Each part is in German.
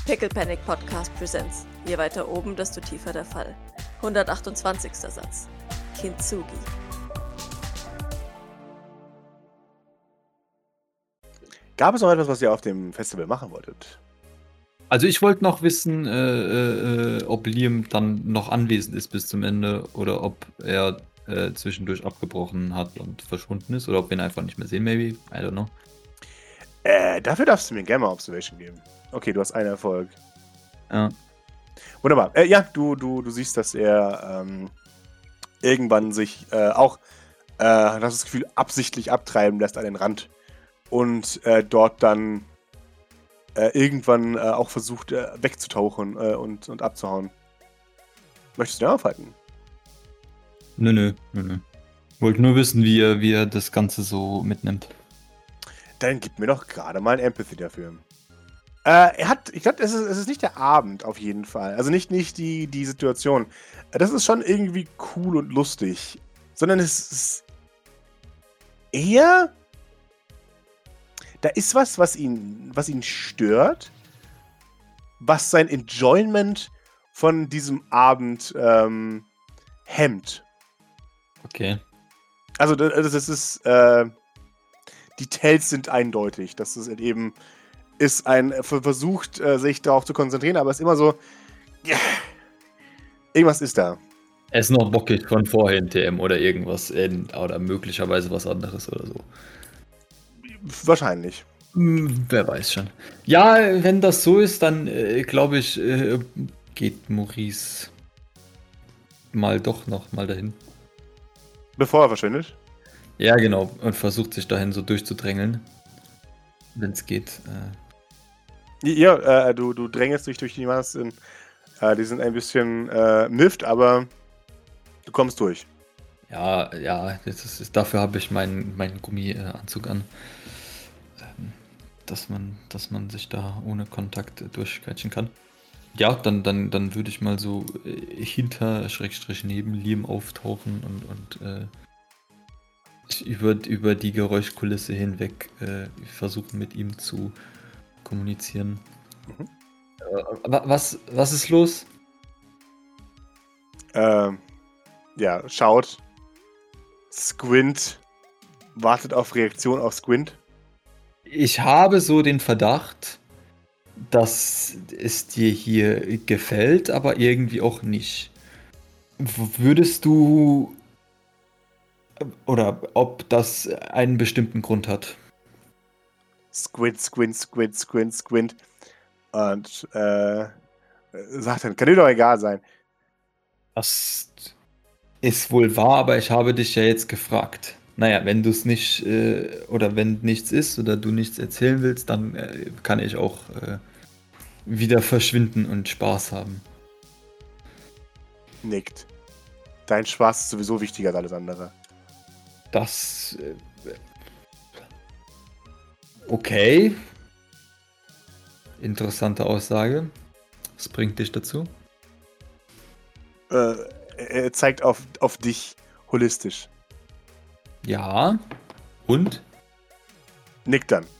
Pickle Panic Podcast Presents. Je weiter oben, desto tiefer der Fall. 128. Satz. Kintsugi. Gab es noch etwas, was ihr auf dem Festival machen wolltet? Also ich wollte noch wissen, ob Liam dann noch anwesend ist bis zum Ende oder ob er zwischendurch abgebrochen hat und verschwunden ist oder ob wir ihn einfach nicht mehr sehen, maybe. I don't know. Dafür darfst du mir gerne mal Observation geben. Okay, du hast einen Erfolg. Ja. Wunderbar. Ja, du siehst, dass er irgendwann sich auch das Gefühl absichtlich abtreiben lässt an den Rand und dort dann irgendwann auch versucht wegzutauchen und abzuhauen. Möchtest du ihn aufhalten? Nö. Wollte nur wissen, wie er das Ganze so mitnimmt. Dann gib mir doch gerade mal ein Empathy dafür. Ich glaube, es ist nicht der Abend auf jeden Fall. Also nicht die Situation. Das ist schon irgendwie cool und lustig. Sondern es ist eher... Da ist was ihn stört, was sein Enjoyment von diesem Abend hemmt. Okay. Also das ist... Die Tells sind eindeutig. Das ist eben... ist versucht, sich darauf zu konzentrieren, aber es ist immer so, ja, irgendwas ist da. Er ist noch bockig von vorhin, TM, oder irgendwas, oder möglicherweise was anderes oder so. Wahrscheinlich. Wer weiß schon. Ja, wenn das so ist, dann glaube ich, geht Maurice doch noch mal dahin. Bevor er verschwindet? Ja, genau, und versucht sich dahin so durchzudrängeln, wenn es geht. Ja, du drängelst dich durch die Massen. Die sind ein bisschen milft, aber du kommst durch. Ja, dafür habe ich meinen Gummianzug an. Dass man sich da ohne Kontakt durchquetschen kann. Ja, dann würde ich mal so hinter neben Liam auftauchen und über die Geräuschkulisse hinweg versuchen mit ihm zu kommunizieren. Mhm. Was ist los? Ja, schaut. Squint. Wartet auf Reaktion auf Squint. Ich habe so den Verdacht, dass es dir hier gefällt, aber irgendwie auch nicht. Würdest du... Oder ob das einen bestimmten Grund hat? Squint. Und sagt dann, kann dir doch egal sein. Das ist wohl wahr, aber ich habe dich ja jetzt gefragt. Naja, wenn du es nicht, oder wenn nichts ist oder du nichts erzählen willst, dann kann ich auch wieder verschwinden und Spaß haben. Nickt. Dein Spaß ist sowieso wichtiger als alles andere. Das... okay. Interessante Aussage. Was bringt dich dazu? Er zeigt auf dich holistisch. Ja. Und? Nickt dann.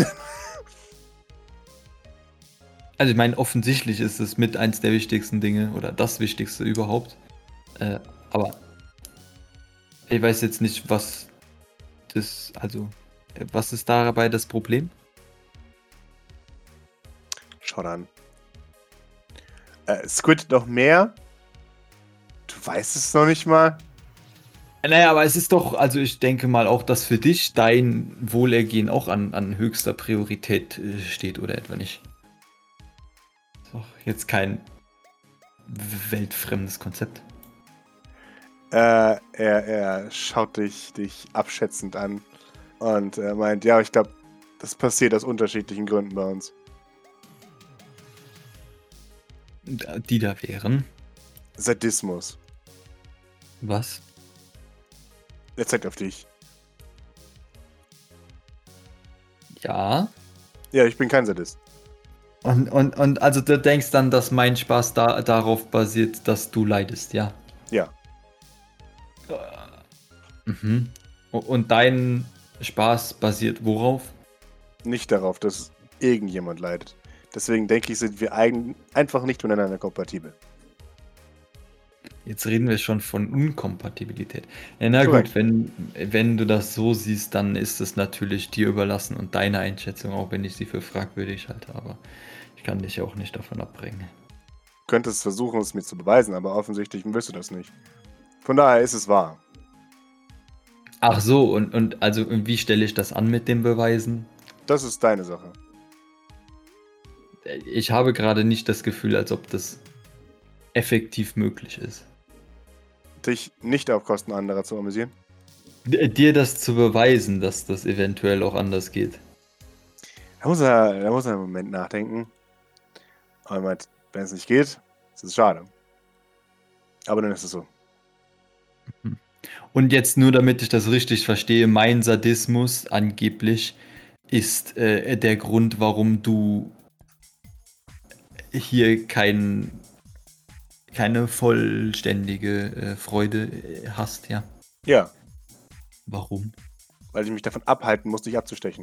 Also ich meine, offensichtlich ist es mit eins der wichtigsten Dinge oder das Wichtigste überhaupt. Aber ich weiß jetzt nicht, was ist dabei das Problem? Schau dann. Squid noch mehr? Du weißt es noch nicht mal? Naja, aber es ist doch, also ich denke mal auch, dass für dich dein Wohlergehen auch an höchster Priorität steht, oder etwa nicht? Ist doch jetzt kein weltfremdes Konzept. Er schaut dich abschätzend an und meint, ja, ich glaube, das passiert aus unterschiedlichen Gründen bei uns. Die da wären? Sadismus. Was? Er zeigt auf dich. Ja. Ja, ich bin kein Sadist. Und also du denkst dann, dass mein Spaß darauf basiert, dass du leidest, ja? Ja. Mhm. Und dein Spaß basiert worauf? Nicht darauf, dass irgendjemand leidet. Deswegen denke ich, sind wir einfach nicht miteinander kompatibel. Jetzt reden wir schon von Unkompatibilität. Ja, na Korrekt. gut, wenn du das so siehst, dann ist es natürlich dir überlassen und deine Einschätzung, auch wenn ich sie für fragwürdig halte. Aber ich kann dich auch nicht davon abbringen. Du könntest versuchen, es mir zu beweisen, aber offensichtlich willst du das nicht. Von daher ist es wahr. Ach so, und also wie stelle ich das an mit den Beweisen? Das ist deine Sache. Ich habe gerade nicht das Gefühl, als ob das effektiv möglich ist. Dich nicht auf Kosten anderer zu amüsieren? Dir das zu beweisen, dass das eventuell auch anders geht. Da muss er einen Moment nachdenken. Aber er meint, wenn es nicht geht, ist es schade. Aber dann ist es so. Und jetzt nur, damit ich das richtig verstehe, mein Sadismus angeblich ist der Grund, warum du hier keine vollständige Freude hast, ja. Ja, Warum? weil ich mich davon abhalten muss, dich abzustechen.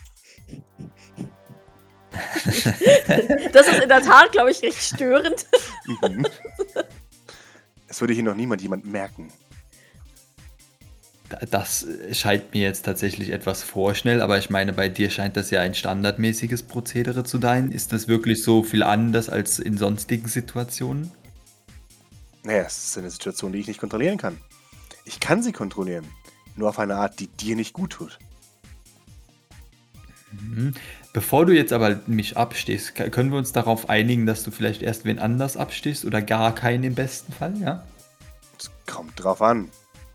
Das ist in der Tat, glaube ich, recht störend. Mhm. Es würde hier noch jemand merken. Das scheint mir jetzt tatsächlich etwas vorschnell, aber ich meine, bei dir scheint das ja ein standardmäßiges Prozedere zu sein. Ist das wirklich so viel anders als in sonstigen Situationen? Naja, es ist eine Situation, die ich nicht kontrollieren kann. Ich kann sie kontrollieren. Nur auf eine Art, die dir nicht gut tut. Mhm. Bevor du jetzt aber mich abstichst, können wir uns darauf einigen, dass du vielleicht erst wen anders abstichst oder gar keinen im besten Fall, ja? Es kommt drauf an.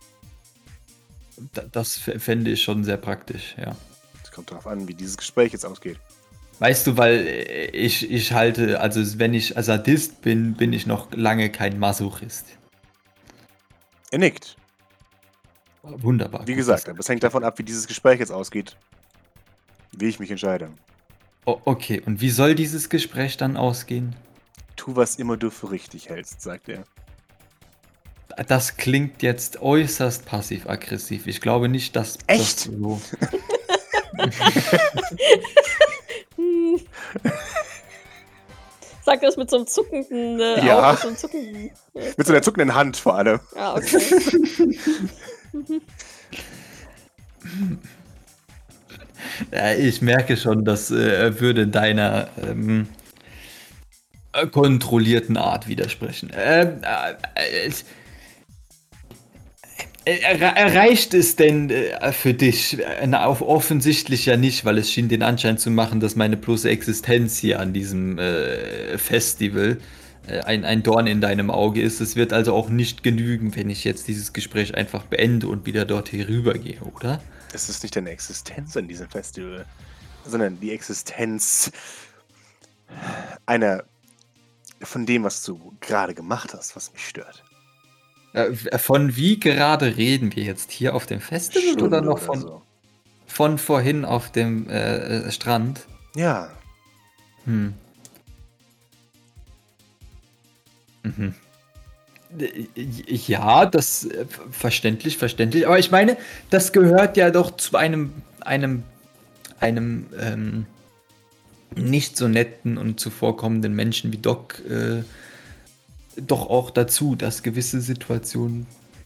Das fände ich schon sehr praktisch, ja. Es kommt drauf an, wie dieses Gespräch jetzt ausgeht. Weißt du, weil ich halte, also wenn ich Sadist bin, bin ich noch lange kein Masochist. Er nickt. Wunderbar. Wie gut, gesagt, das- aber es hängt davon ab, wie dieses Gespräch jetzt ausgeht. Wie ich mich entscheide. Okay, und wie soll dieses Gespräch dann ausgehen? Tu, was immer du für richtig hältst, sagt er. Das klingt jetzt äußerst passiv-aggressiv. Ich glaube nicht, dass Echt? das so. Hm. Sagt das mit so einem zuckenden Ja. Auge, so einem zuckenden. Mit so einer zuckenden Hand vor allem. Ah, okay. Ja, ich merke schon, das würde deiner kontrollierten Art widersprechen. Reicht es denn für dich? Offensichtlich ja nicht, weil es schien den Anschein zu machen, dass meine bloße Existenz hier an diesem Festival ein Dorn in deinem Auge ist. Es wird also auch nicht genügen, wenn ich jetzt dieses Gespräch einfach beende und wieder dort hier rübergehe, oder? Es ist nicht deine Existenz an diesem Festival, sondern die Existenz einer von dem, was du gerade gemacht hast, was mich stört. Von wie gerade reden wir jetzt hier auf dem Festival Stunde oder noch oder von, so. von vorhin auf dem Strand? Ja, Hm. Mhm. Ja, das verständlich. Aber ich meine, das gehört ja doch zu einem nicht so netten und zuvorkommenden Menschen wie Doc doch auch dazu, dass gewisse Situationen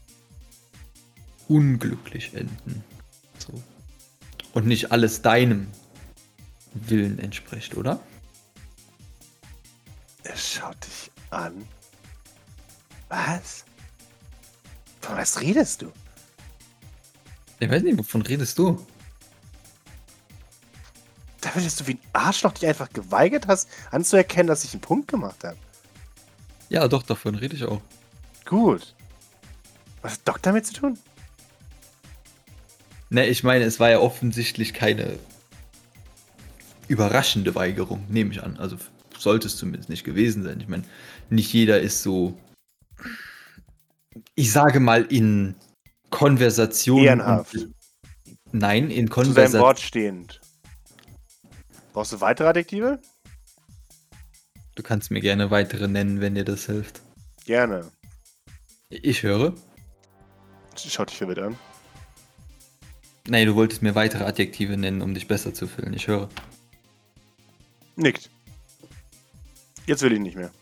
unglücklich enden. So. Und nicht alles deinem Willen entspricht, oder? er schaut dich an. Was? Von was redest du? Ich weiß nicht, wovon redest du? Dafür, dass du wie ein Arschloch dich einfach geweigert hast, anzuerkennen, dass ich einen Punkt gemacht habe. Ja, doch, davon rede ich auch. Gut. Was hat Doc damit zu tun? Ne, ich meine, es war ja offensichtlich keine überraschende Weigerung, nehme ich an. Also sollte es zumindest nicht gewesen sein. Ich meine, nicht jeder ist so, ich sage mal, in Konversation. Ehrenhaft. Nein, in Zu deinem Konversation. Wort stehend. Brauchst du weitere Adjektive? Du kannst mir gerne weitere nennen, wenn dir das hilft. Gerne. Ich höre. Schaut dich verwirrt an. Nee, du wolltest mir weitere Adjektive nennen, um dich besser zu fühlen. Ich höre. Nickt. Jetzt will ich nicht mehr.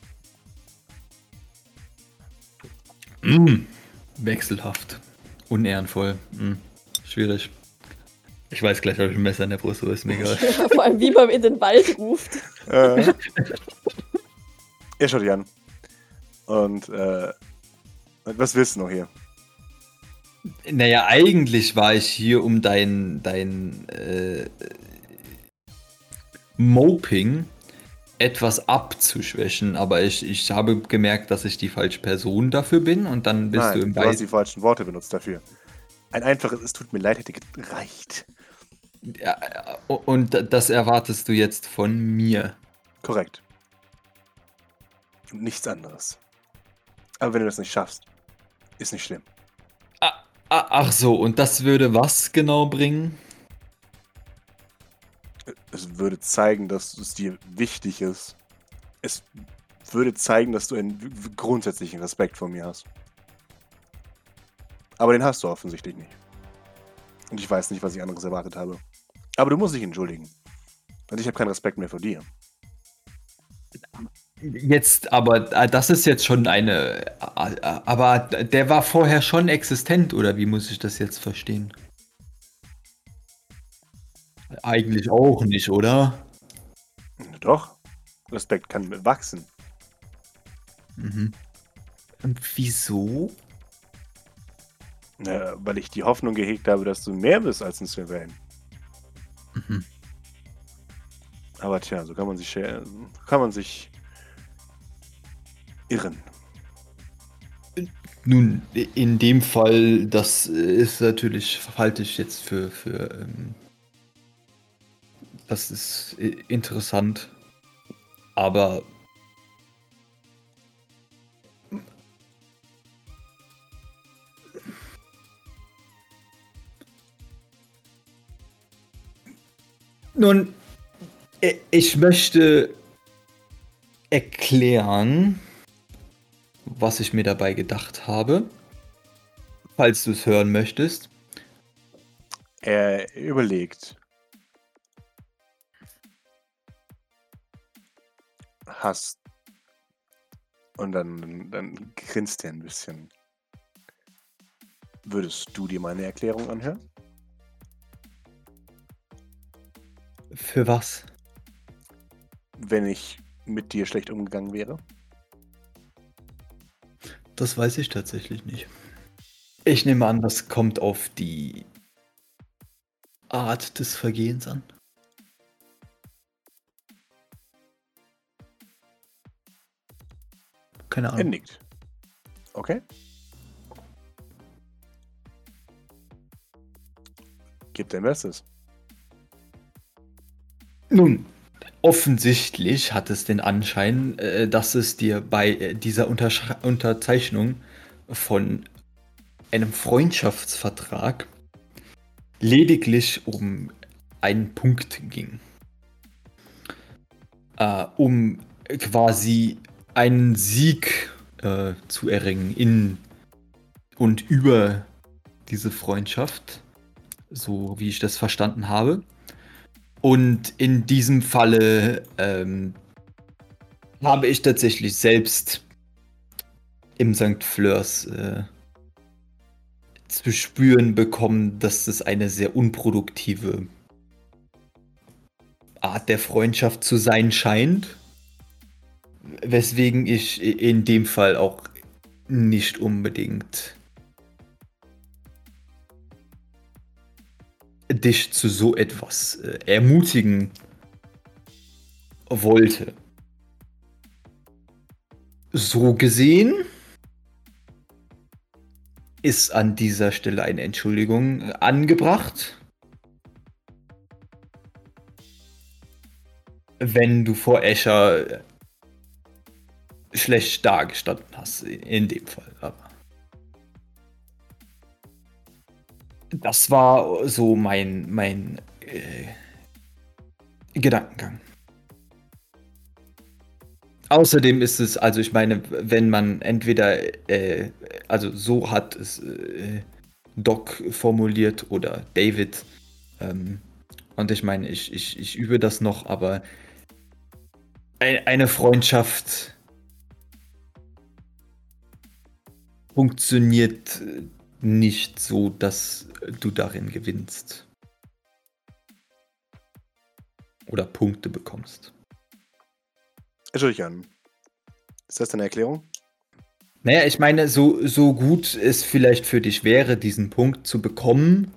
Wechselhaft. Unehrenvoll. Schwierig. Ich weiß gleich, ob ich ein Messer in der Brust habe, ist mir egal. Ja, vor allem, wie man in den Wald ruft. Er schaut dich an. Und, was willst du noch hier? Naja, eigentlich war ich hier, um dein Moping etwas abzuschwächen, aber ich habe gemerkt, dass ich die falsche Person dafür bin und dann bist Nein, du im du hast die falschen Worte benutzt dafür. Ein einfaches, es tut mir leid, hätte gereicht. Ja, und das erwartest du jetzt von mir. Korrekt. Und nichts anderes. Aber wenn du das nicht schaffst, ist nicht schlimm. Ach so, und das würde was genau bringen? Es würde zeigen, dass es dir wichtig ist. Es würde zeigen, dass du einen grundsätzlichen Respekt vor mir hast. Aber den hast du offensichtlich nicht. Und ich weiß nicht, was ich anderes erwartet habe. Aber du musst dich entschuldigen. Und ich habe keinen Respekt mehr vor dir. Jetzt, aber das ist jetzt schon aber der war vorher schon existent, oder wie muss ich das jetzt verstehen? Eigentlich auch nicht, oder? Doch. Respekt kann wachsen. Und wieso? Weil ich die Hoffnung gehegt habe, dass du mehr bist als ein Sylvain. Aber tja, so kann man sich irren. Nun, in dem Fall, das ist natürlich, halte ich jetzt für das ist interessant, aber nun, ich möchte erklären, was ich mir dabei gedacht habe, falls du es hören möchtest. Er überlegt. Hast. Und dann grinst er ein bisschen. Würdest du dir meine Erklärung anhören? Für was? Wenn ich mit dir schlecht umgegangen wäre? Das weiß ich tatsächlich nicht. Ich nehme an, das kommt auf die Art des Vergehens an. Keine Er Ahnung. nickt. Okay. Gib dein Bestes. Nun, offensichtlich hat es den Anschein, dass es dir bei dieser Unterzeichnung von einem Freundschaftsvertrag lediglich um einen Punkt ging. Um quasi einen Sieg zu erringen in und über diese Freundschaft, so wie ich das verstanden habe. Und in diesem Falle habe ich tatsächlich selbst im St. Fleurs zu spüren bekommen, dass es eine sehr unproduktive Art der Freundschaft zu sein scheint. Weswegen ich in dem Fall auch nicht unbedingt dich zu so etwas ermutigen wollte. So gesehen ist an dieser Stelle eine Entschuldigung angebracht. Wenn du vor Escher schlecht dagestanden hast, in dem Fall. Aber das war so mein Gedankengang. Außerdem ist es, also ich meine, wenn man entweder, also so hat es Doc formuliert oder David, und ich meine, ich übe das noch, aber Eine Freundschaft funktioniert nicht so, dass du darin gewinnst. Oder Punkte bekommst. Entschuldigung. Ist das deine Erklärung? Naja, ich meine, so gut es vielleicht für dich wäre, diesen Punkt zu bekommen,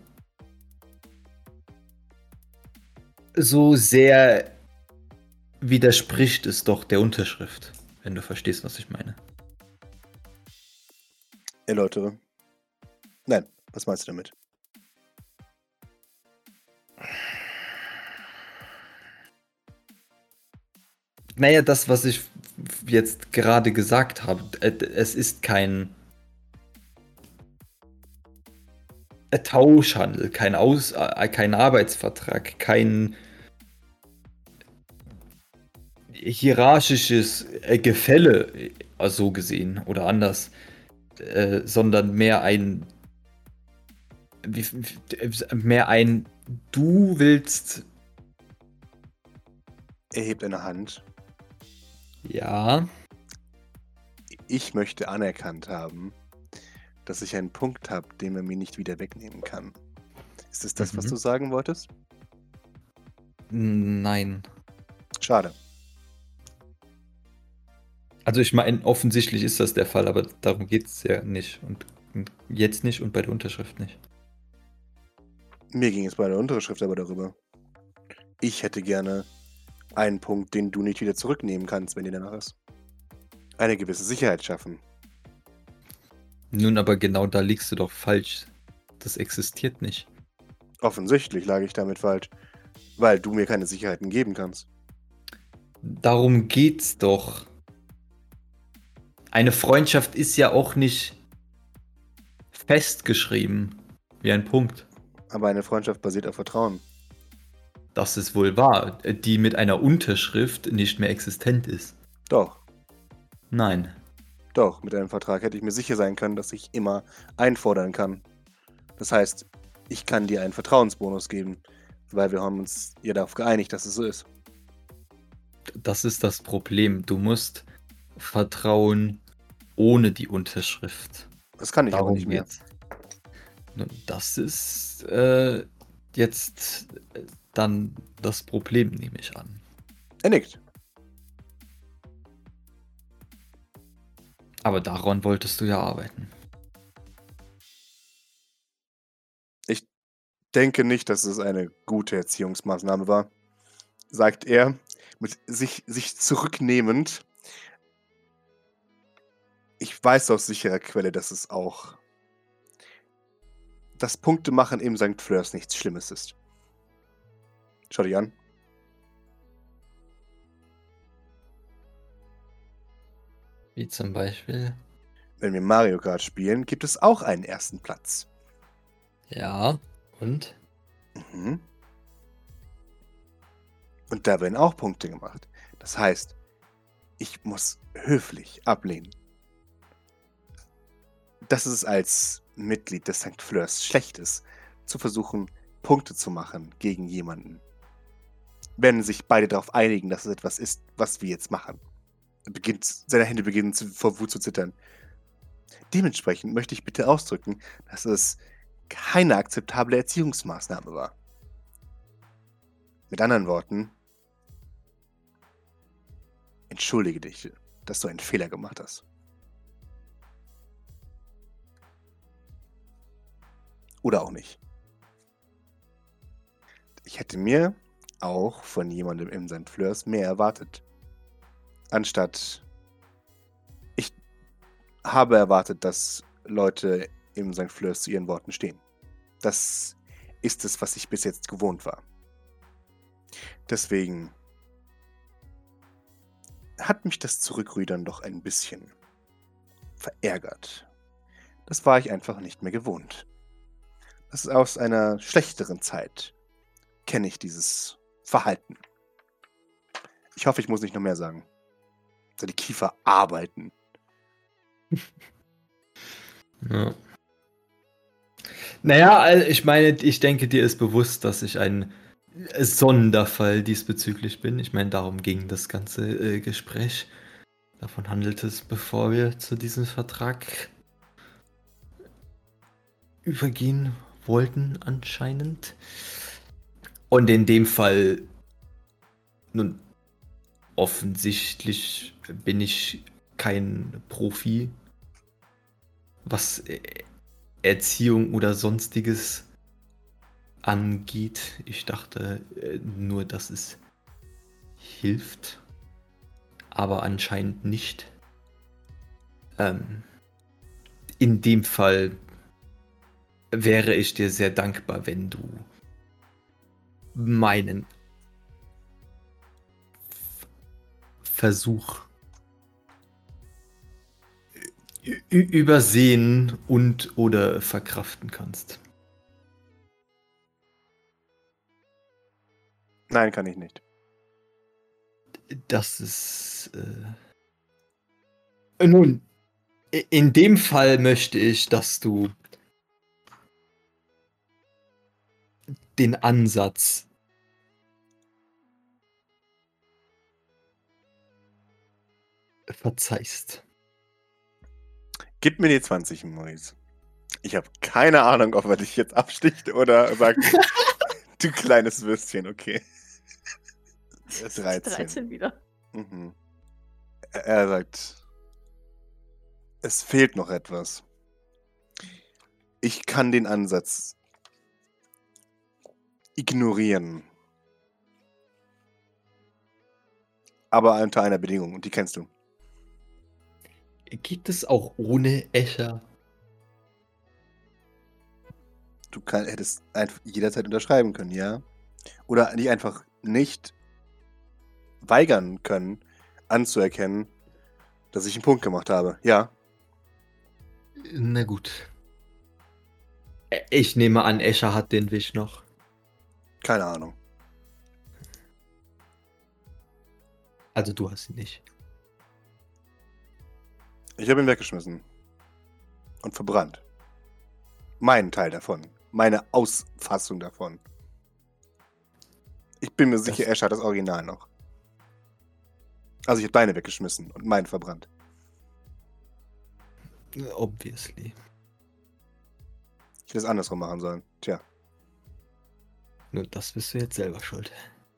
so sehr widerspricht es doch der Unterschrift, wenn du verstehst, was ich meine. Erläutere. Nein, was meinst du damit? Naja, das, was ich jetzt gerade gesagt habe, es ist kein Tauschhandel, kein Arbeitsvertrag, kein hierarchisches Gefälle, so gesehen, oder anders, sondern mehr ein du willst. Er hebt eine Hand. Ja. Ich möchte anerkannt haben, dass ich einen Punkt habe, den man mir nicht wieder wegnehmen kann. Ist es das, was du sagen wolltest? Nein. Schade. Also ich meine, offensichtlich ist das der Fall, aber darum geht es ja nicht. Und jetzt nicht und bei der Unterschrift nicht. Mir ging es bei der Unterschrift aber darüber. Ich hätte gerne einen Punkt, den du nicht wieder zurücknehmen kannst, wenn dir danach ist. Eine gewisse Sicherheit schaffen. Nun, aber genau da liegst du doch falsch. Das existiert nicht. Offensichtlich lag ich damit falsch, weil du mir keine Sicherheiten geben kannst. Darum geht's doch. Eine Freundschaft ist ja auch nicht festgeschrieben wie ein Punkt. Aber eine Freundschaft basiert auf Vertrauen. Das ist wohl wahr, die mit einer Unterschrift nicht mehr existent ist. Doch, Nein. doch, mit einem Vertrag hätte ich mir sicher sein können, dass ich immer einfordern kann. Das heißt, ich kann dir einen Vertrauensbonus geben, weil wir haben uns ja darauf geeinigt, dass es so ist. Das ist das Problem. Du musst vertrauen ohne die Unterschrift. Das kann ich aber nicht mehr. geht's. Nun, das ist jetzt dann das Problem, nehme ich an. Er nickt. Aber daran wolltest du ja arbeiten. Ich denke nicht, dass es eine gute Erziehungsmaßnahme war, sagt er, mit sich zurücknehmend. Ich weiß aus sicherer Quelle, dass es auch das Punktemachen im St. Fleurs nichts Schlimmes ist. Schau dich an. Wie zum Beispiel? Wenn wir Mario Kart spielen, gibt es auch einen ersten Platz. Ja, und? Mhm. Und da werden auch Punkte gemacht. Das heißt, ich muss höflich ablehnen. Dass es als Mitglied des St. Fleurs schlecht ist, zu versuchen, Punkte zu machen gegen jemanden. Wenn sich beide darauf einigen, dass es etwas ist, was wir jetzt machen. Seine Hände beginnen vor Wut zu zittern. Dementsprechend möchte ich bitte ausdrücken, dass es keine akzeptable Erziehungsmaßnahme war. Mit anderen Worten, entschuldige dich, dass du einen Fehler gemacht hast. Oder auch nicht. Ich hätte mir auch von jemandem im St. Fleurs mehr erwartet. Anstatt... Ich habe erwartet, dass Leute im St. Fleurs zu ihren Worten stehen. Das ist es, was ich bis jetzt gewohnt war. Deswegen hat mich das Zurückrudern doch ein bisschen verärgert. Das war ich einfach nicht mehr gewohnt. Das ist aus einer schlechteren Zeit. Kenne ich dieses Verhalten. Ich hoffe, ich muss nicht noch mehr sagen. Soll die Kiefer arbeiten. Ja. Naja, ich meine, ich denke, dir ist bewusst, dass ich ein Sonderfall diesbezüglich bin. Ich meine, darum ging das ganze Gespräch. Davon handelt es, bevor wir zu diesem Vertrag übergehen wollten, anscheinend. Und in dem Fall, nun, offensichtlich bin ich kein Profi, was Erziehung oder sonstiges angeht. Ich dachte nur, dass es hilft, aber anscheinend nicht. In dem Fall wäre ich dir sehr dankbar, wenn du meinen Versuch übersehen und oder verkraften kannst. Nein, kann ich nicht. Das ist... Nun, in dem Fall möchte ich, dass du den Ansatz verzeihst. Gib mir die 20, Maurice. Ich habe keine Ahnung, ob er dich jetzt absticht oder sagt, du kleines Würstchen, okay. 13. 13 wieder. Mhm. Er sagt, es fehlt noch etwas. Ich kann den Ansatz ignorieren. Aber unter einer Bedingung, und die kennst du. Geht es auch ohne Escher? Du hättest einfach jederzeit unterschreiben können, ja? Oder dich einfach nicht weigern können, anzuerkennen, dass ich einen Punkt gemacht habe. Ja. Na gut. Ich nehme an, Escher hat den Wisch noch. Keine Ahnung. Also du hast ihn nicht. Ich habe ihn weggeschmissen. Und verbrannt. Meinen Teil davon. Meine Ausfassung davon. Ich bin mir sicher, Escher hat das Original noch. Also ich habe deine weggeschmissen und meinen verbrannt. Obviously. Ich hätte es andersrum machen sollen. Tja. Nur das bist du jetzt selber schuld.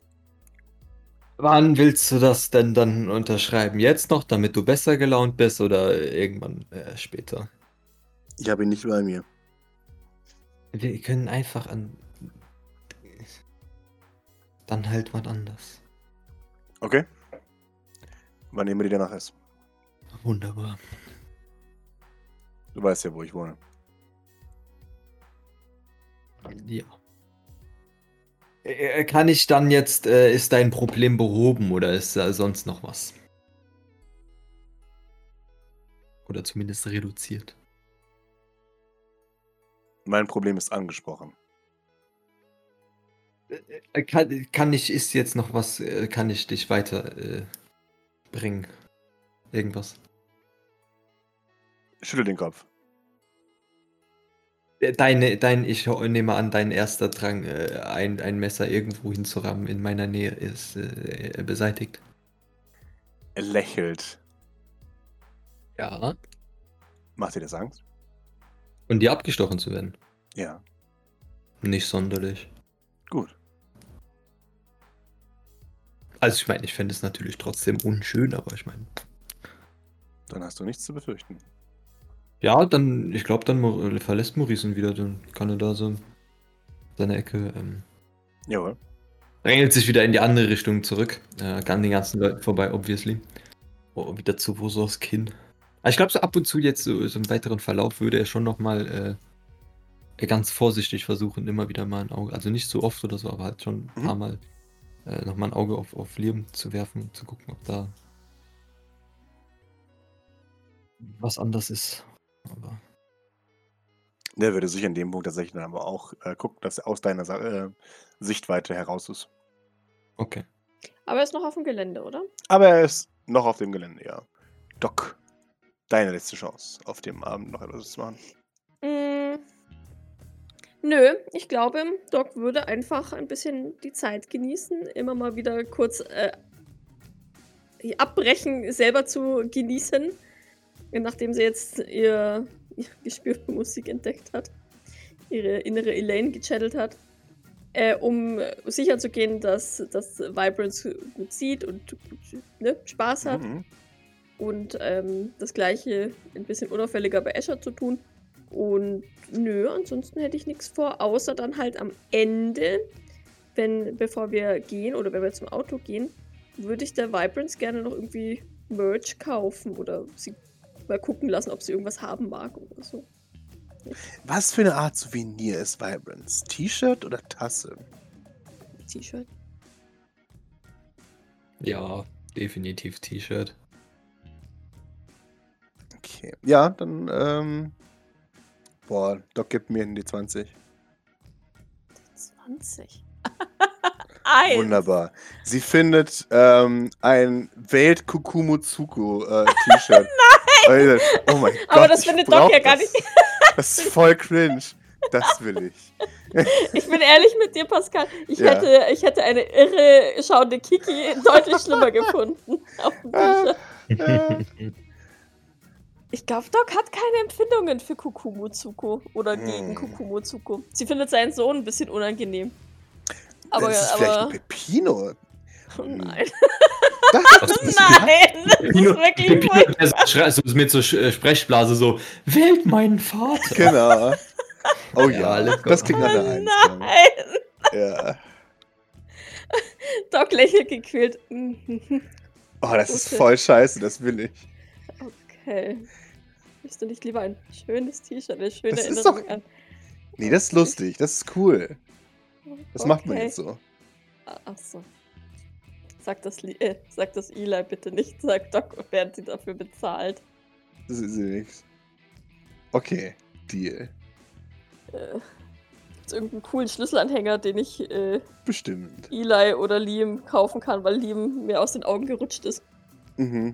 Wann willst du das denn dann unterschreiben? Jetzt noch, damit du besser gelaunt bist oder irgendwann später? Ich habe ihn nicht bei mir. Wir können einfach an... Dann halt wann anders. Okay. Wann nehmen wir die danach ist? Wunderbar. Du weißt ja, wo ich wohne. Ja. Kann ich dann jetzt, ist dein Problem behoben oder ist da sonst noch was? Oder zumindest reduziert? Mein Problem ist angesprochen. Kann ich, ist jetzt noch was, kann ich dich weiter bringen? Irgendwas? Schüttel den Kopf. Ich nehme an, dein erster Drang, ein Messer irgendwo hinzurammen in meiner Nähe ist beseitigt. Er lächelt. Ja. Macht dir das Angst? Und dir abgestochen zu werden? Ja. Nicht sonderlich. Gut. Also ich meine, ich fände es natürlich trotzdem unschön, aber ich meine... Dann hast du nichts zu befürchten. Ja, dann, ich glaube, dann verlässt Maurice ihn wieder, dann kann er da so seine Ecke, Jawohl. drängelt sich wieder in die andere Richtung zurück, an den ganzen Leuten vorbei, obviously. Oh, wieder zu Wosors Kinn. Aber ich glaube, so ab und zu jetzt, so im weiteren Verlauf, würde er schon nochmal ganz vorsichtig versuchen, immer wieder mal ein Auge, also nicht so oft oder so, aber halt schon ein paar Mal nochmal ein Auge auf Liam zu werfen, zu gucken, ob da was anders ist. Aber Der würde sich in dem Punkt tatsächlich dann aber auch gucken, dass er aus deiner Sichtweite heraus ist. okay. Aber er ist noch auf dem Gelände, oder? Aber er ist noch auf dem Gelände, ja. Doc, deine letzte Chance, auf dem Abend noch etwas zu machen. Nö, ich glaube, Doc würde einfach ein bisschen die Zeit genießen, immer mal wieder kurz abbrechen, selber zu genießen, nachdem sie jetzt ihr Gespür für Musik entdeckt hat, ihre innere Elaine gechannelt hat, um sicher zu gehen, dass Vibrance gut sieht und gut, ne, Spaß hat. Mhm. Und das gleiche ein bisschen unauffälliger bei Escher zu tun. Und nö, ansonsten hätte ich nichts vor, außer dann halt am Ende, bevor wir gehen oder wenn wir zum Auto gehen, würde ich der Vibrance gerne noch irgendwie Merch kaufen oder sie mal gucken lassen, ob sie irgendwas haben mag oder so. Was für eine Art Souvenir ist Vibrance? T-Shirt oder Tasse? T-Shirt. Ja, definitiv T-Shirt. Okay. Ja, dann, boah, Doc gibt mir die 20. 20. Eins. Wunderbar. Sie findet ein Welt-Kukumutsuko T-Shirt. Oh mein Gott. Aber das ich findet Doc brauch ja gar das. nicht. Das ist voll cringe. Das will ich. Ich bin ehrlich mit dir, Pascal. Ich Ja. hätte eine irre schauende Kiki deutlich schlimmer gefunden. Auf dem T-Shirt. Ich glaube, Doc hat keine Empfindungen für Kukumutsuko oder gegen Kukumutsuko. Sie findet seinen Sohn ein bisschen unangenehm. Aber, das ist vielleicht ein Pepino. Oh nein. Das ist Nein, das ist wirklich voll. So mit so Sprechblase so, wählt meinen Vater. Genau. Oh ja, let's go. das klingt nach einer Oh 1. nein. Ja. Doc lächelt gequält. Oh, das ist voll scheiße, das will ich. Okay. Willst du nicht lieber ein schönes T-Shirt, eine schöne Das ist Erinnerung doch- an? Nee, das ist lustig, das ist cool. Das macht man Okay. jetzt so. Achso. Sag das Eli bitte nicht, sag Doc, während sie dafür bezahlt. Das ist nichts. Okay, Deal. Gibt's irgendeinen coolen Schlüsselanhänger, den ich Bestimmt. Eli oder Liam kaufen kann, weil Liam mir aus den Augen gerutscht ist? Mhm.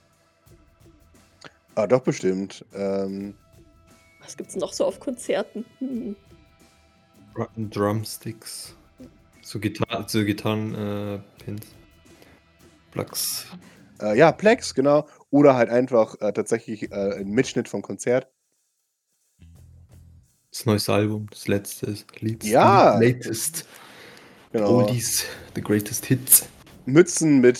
Ah, doch, bestimmt. Was gibt's noch so auf Konzerten? Drumsticks. So Gitarren-Pins. Plugs. Ja, Plex, genau. Oder halt einfach tatsächlich ein Mitschnitt vom Konzert. Das neueste Album, das letzte Lied. Ja. Latest. Genau. Oldies, the greatest hits. Mützen mit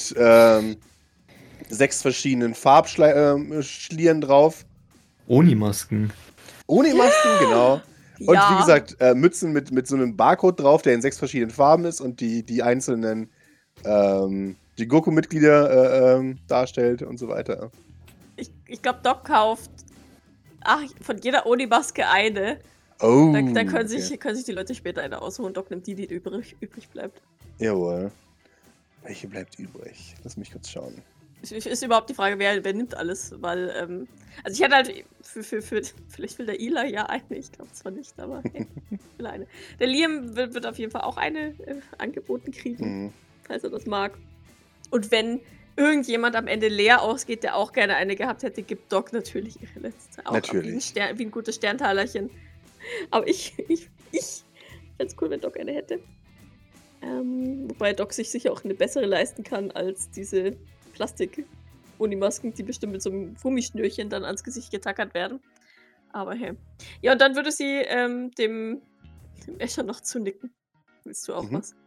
6 verschiedenen Farbschlieren drauf. Ohne Masken. Ohne Masken, genau. Und wie gesagt, Mützen mit so einem Barcode drauf, der in 6 verschiedenen Farben ist und die einzelnen die Goku-Mitglieder darstellt und so weiter. Ich glaube, Doc kauft von jeder Oni-Maske eine. Oh. Dann können sich die Leute später eine aussuchen. Doc nimmt die übrig bleibt. Jawohl. Welche bleibt übrig? Lass mich kurz schauen. Ist überhaupt die Frage, wer nimmt alles, weil, also ich hätte halt vielleicht will der Eli ja eine, ich glaube zwar nicht, aber hey, ich will eine. Der Liam wird auf jeden Fall auch eine angeboten kriegen, falls er das mag. Und wenn irgendjemand am Ende leer ausgeht, der auch gerne eine gehabt hätte, gibt Doc natürlich ihre letzte. Auch Natürlich. Wie ein gutes Sterntalerchen. Aber ich fände es cool, wenn Doc eine hätte. Wobei Doc sich sicher auch eine bessere leisten kann als diese Plastik-Unimasken, die bestimmt mit so einem Gummischnürchen dann ans Gesicht getackert werden. Aber hey. Ja, und dann würde sie dem Escher noch zunicken. Willst du auch was?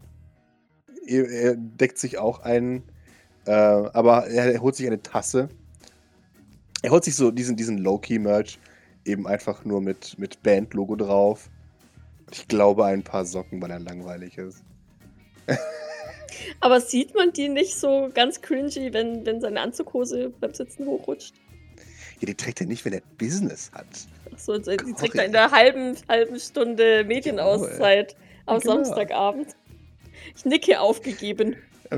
Er deckt sich auch ein, aber er holt sich eine Tasse. Er holt sich so diesen Low-Key-Merch, eben einfach nur mit Band-Logo drauf. Ich glaube ein paar Socken, weil er langweilig ist. Aber sieht man die nicht so ganz cringy, wenn seine Anzughose beim Sitzen hochrutscht? Ja, die trägt er nicht, wenn er Business hat. Achso, die trägt er in der halben Stunde Medienauszeit am Samstagabend. Ich nicke aufgegeben.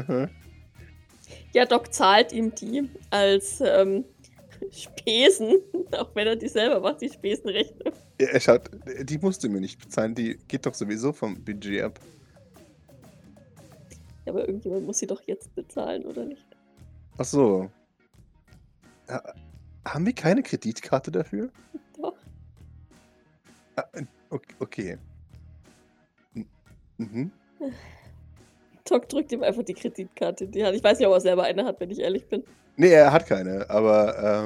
Ja, Doc zahlt ihm die als Spesen, auch wenn er die selber macht, die Spesenrechnung. Ja, er schaut, die musst du mir nicht bezahlen, die geht doch sowieso vom Budget ab. Ja, aber irgendjemand muss sie doch jetzt bezahlen, oder nicht? Ach so. Haben wir keine Kreditkarte dafür? Doch. Okay. Mhm. Doc drückt ihm einfach die Kreditkarte in die Hand. Ich weiß nicht, ob er selber eine hat, wenn ich ehrlich bin. Nee, er hat keine, aber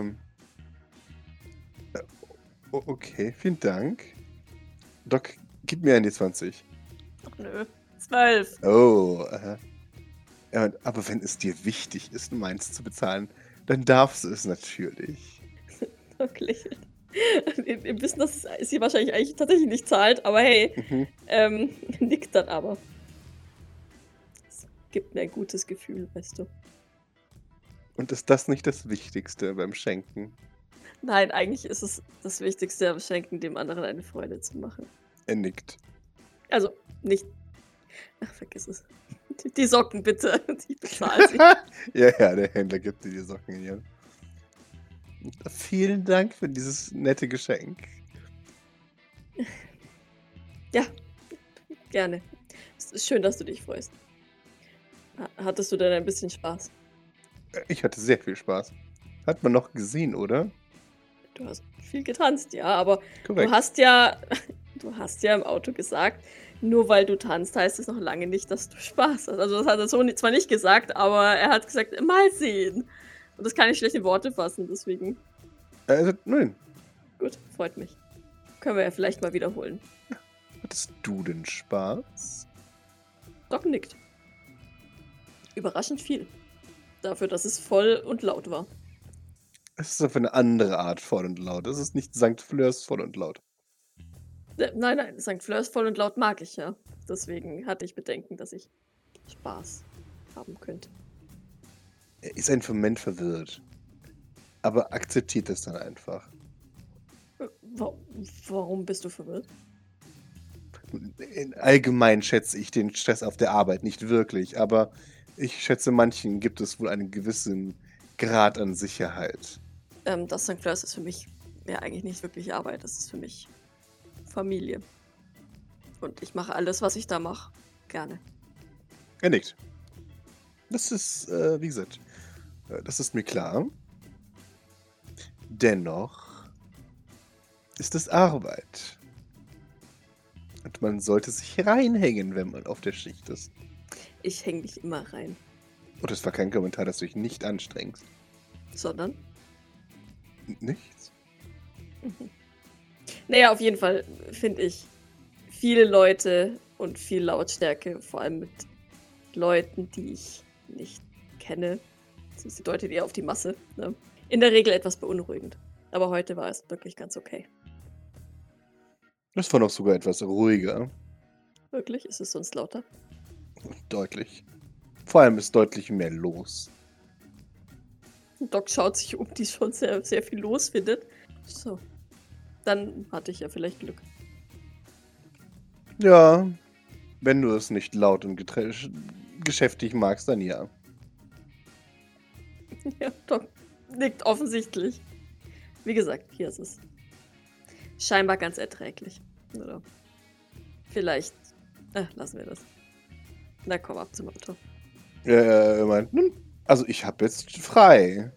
okay, vielen Dank. Doc, gib mir eine 20. Ach nö. 12. Oh, ja, aber wenn es dir wichtig ist, meins zu bezahlen, dann darfst du es natürlich. Doc lächelt. Im Wissen, dass sie wahrscheinlich eigentlich tatsächlich nicht zahlt, aber hey, Mhm. nickt dann aber. Es gibt mir ein gutes Gefühl, weißt du. Und ist das nicht das Wichtigste beim Schenken? Nein, eigentlich ist es das Wichtigste am Schenken, dem anderen eine Freude zu machen. Er nickt. Also, nicht. Ach, vergiss es. Die Socken bitte. Ich bezahle sie. Ja, der Händler gibt dir die Socken in die Hand. Vielen Dank für dieses nette Geschenk. Ja, gerne. Es ist schön, dass du dich freust. Hattest du denn ein bisschen Spaß? Ich hatte sehr viel Spaß. Hat man noch gesehen, oder? Du hast viel getanzt, ja, aber Korrekt. du hast ja im Auto gesagt, nur weil du tanzt, heißt es noch lange nicht, dass du Spaß hast. Also das hat er so zwar nicht gesagt, aber er hat gesagt, mal sehen. Und das kann ich schlecht in Worte fassen, deswegen. Nein. Gut, freut mich. Können wir ja vielleicht mal wiederholen. Hattest du denn Spaß? Doc nickt. Überraschend viel. Dafür, dass es voll und laut war. Es ist auf eine andere Art voll und laut. Es ist nicht St. Fleurs voll und laut. Nein, St. Fleurs voll und laut mag ich ja. Deswegen hatte ich Bedenken, dass ich Spaß haben könnte. Er ist ein Moment verwirrt. Aber akzeptiert es dann einfach. Warum bist du verwirrt? Allgemein schätze ich den Stress auf der Arbeit nicht wirklich, aber ich schätze, manchen gibt es wohl einen gewissen Grad an Sicherheit. Das St. Fleurs ist für mich ja eigentlich nicht wirklich Arbeit, das ist für mich Familie. Und ich mache alles, was ich da mache, gerne. Er nickt. Das ist, wie gesagt, das ist mir klar. Dennoch ist es Arbeit. Und man sollte sich reinhängen, wenn man auf der Schicht ist. Ich hänge mich immer rein. Und das war kein Kommentar, dass du dich nicht anstrengst. Sondern? Nichts? Naja, auf jeden Fall finde ich viele Leute und viel Lautstärke, vor allem mit Leuten, die ich nicht kenne. Das deutet eher auf die Masse. Ne? In der Regel etwas beunruhigend. Aber heute war es wirklich ganz okay. Das war noch sogar etwas ruhiger. Wirklich? Ist es sonst lauter? Deutlich. Vor allem ist deutlich mehr los. Doc schaut sich um, die schon sehr, sehr viel los findet. So. Dann hatte ich ja vielleicht Glück. Ja, wenn du es nicht laut und geschäftig magst, dann ja. Ja, Doc nickt offensichtlich. Wie gesagt, hier ist es. Scheinbar ganz erträglich. Oder vielleicht. Lassen wir das. Na komm, ab zum Auto. Er meint, also ich habe jetzt frei.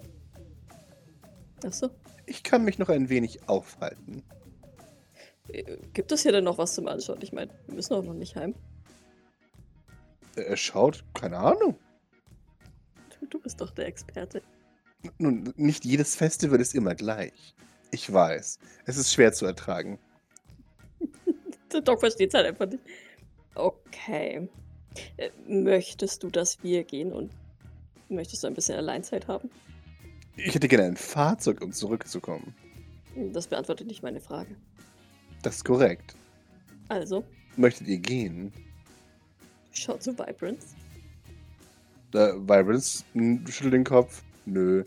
Achso. Ich kann mich noch ein wenig aufhalten. Gibt es hier denn noch was zum Anschauen? Ich meine, wir müssen auch noch nicht heim. Er schaut, keine Ahnung. Du bist doch der Experte. Nun, nicht jedes Festival ist immer gleich. Ich weiß. Es ist schwer zu ertragen. Der Doc versteht es halt einfach nicht. Okay. Möchtest du, dass wir gehen und möchtest du ein bisschen Alleinzeit haben? Ich hätte gerne ein Fahrzeug, um zurückzukommen. Das beantwortet nicht meine Frage. Das ist korrekt. Also, Möchtet ihr gehen? schau zu Vibrance. Vibrance schüttelt den Kopf. Nö.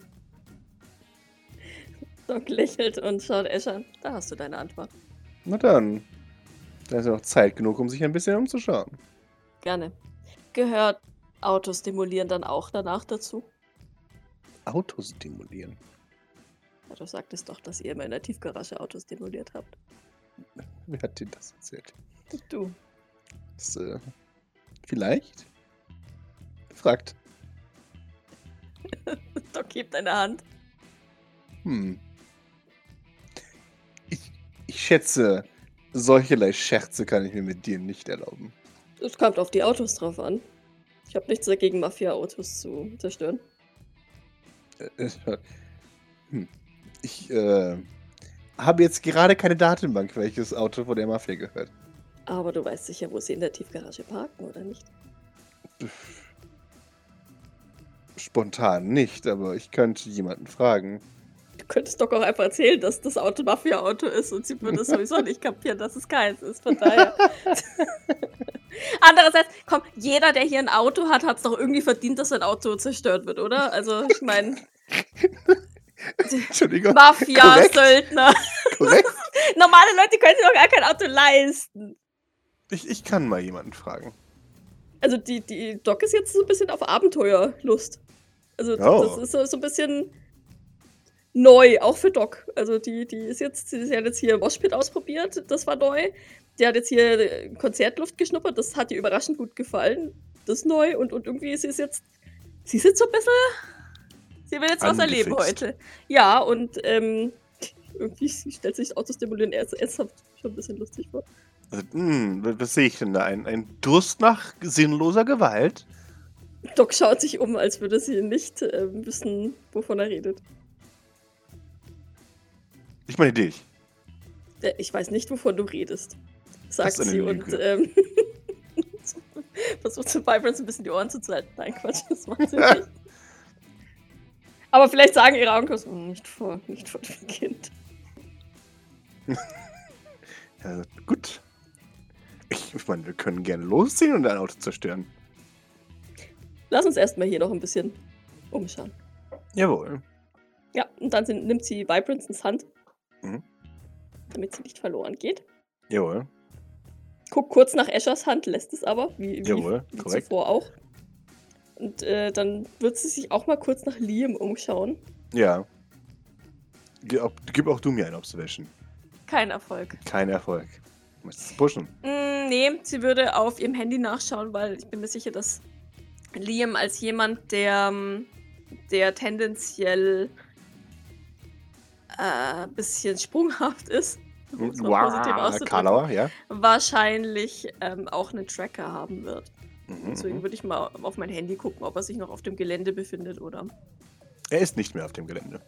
Doc lächelt und schaut Ash an. Da hast du deine Antwort. Na dann. Da ist ja noch Zeit genug, um sich ein bisschen umzuschauen. Gerne. Gehört Autos demolieren dann auch danach dazu? Autos demolieren. Ja, du sagtest doch, dass ihr immer in der Tiefgarage Autos demoliert habt. Wer hat dir das erzählt? Du. Das, vielleicht? Fragt. Doc hebt deine Hand. Ich schätze, Solcherlei Scherze kann ich mir mit dir nicht erlauben. Es kommt auf die Autos drauf an. Ich habe nichts dagegen, Mafia-Autos zu zerstören. Ich habe jetzt gerade keine Datenbank, welches Auto von der Mafia gehört. Aber du weißt sicher, wo sie in der Tiefgarage parken, oder nicht? Spontan nicht, aber ich könnte jemanden fragen. Du könntest doch auch einfach erzählen, dass das Auto Mafia-Auto ist und sie würde sowieso nicht kapieren, dass es keins ist. Von daher. Andererseits, komm, jeder, der hier ein Auto hat, hat es doch irgendwie verdient, dass sein Auto zerstört wird, oder? Also, ich meine. Entschuldigung. Mafia, Söldner. Korrekt. Normale Leute können sich doch gar kein Auto leisten. Ich kann mal jemanden fragen. Also, die Doc ist jetzt so ein bisschen auf Abenteuerlust. Also, das ist so ein bisschen neu, auch für Doc. Also, sie hat jetzt hier Moshpit ausprobiert, das war neu. Die hat jetzt hier Konzertluft geschnuppert, das hat ihr überraschend gut gefallen. Das ist neu und irgendwie sie ist jetzt so ein bisschen. Sie will jetzt was erleben heute. Ja, und irgendwie stellt sich Autos demolieren ernsthaft schon ein bisschen lustig vor. Also, was sehe ich denn da? Ein Durst nach sinnloser Gewalt? Doc schaut sich um, als würde sie nicht wissen, wovon er redet. Ich meine dich. Ich weiß nicht, wovon du redest, sagt sie Lüge. und versucht zu Vibrance ein bisschen die Ohren zuzuhalten. Nein, Quatsch, das macht sie nicht. Aber vielleicht sagen ihre Augen kurz, nicht vor dem Kind. Ja, gut. Ich meine, wir können gerne losziehen und ein Auto zerstören. Lass uns erstmal hier noch ein bisschen umschauen. Jawohl. Ja, und dann nimmt sie Vibrance ins Hand, damit sie nicht verloren geht. Jawohl. Guckt kurz nach Eschers Hand, lässt es aber, wie korrekt. zuvor auch. Und dann wird sie sich auch mal kurz nach Liam umschauen. Ja. Gib auch du mir eine Observation. Kein Erfolg. Kein Erfolg. Möchtest du pushen? Nee, sie würde auf ihrem Handy nachschauen, weil ich bin mir sicher, dass Liam als jemand, der tendenziell ein bisschen sprunghaft ist, um es mal positiv auszudrücken, Karlauer, ja. wahrscheinlich auch einen Tracker haben wird. Mhm, Deswegen würde ich mal auf mein Handy gucken, ob er sich noch auf dem Gelände befindet oder. Er ist nicht mehr auf dem Gelände.